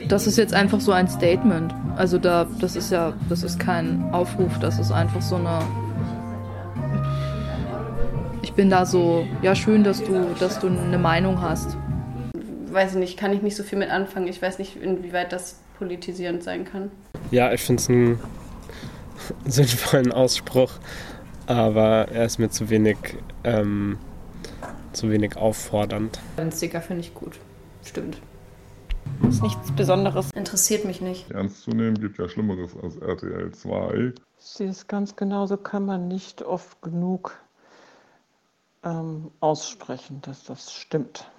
Das ist jetzt einfach so ein Statement. Also das ist kein Aufruf, das ist einfach so eine. Ich bin da so, ja schön, dass du eine Meinung hast. Weiß ich nicht, kann ich nicht so viel mit anfangen. Ich weiß nicht, inwieweit das politisierend sein kann. Ja, ich finde es einen sinnvollen Ausspruch, aber er ist mir zu wenig auffordernd. Den Sticker finde ich gut. Stimmt. Ist nichts Besonderes. Interessiert mich nicht. Ernst zu nehmen gibt ja Schlimmeres als RTL 2. Ich sehe es ganz genauso, kann man nicht oft genug aussprechen, dass das stimmt.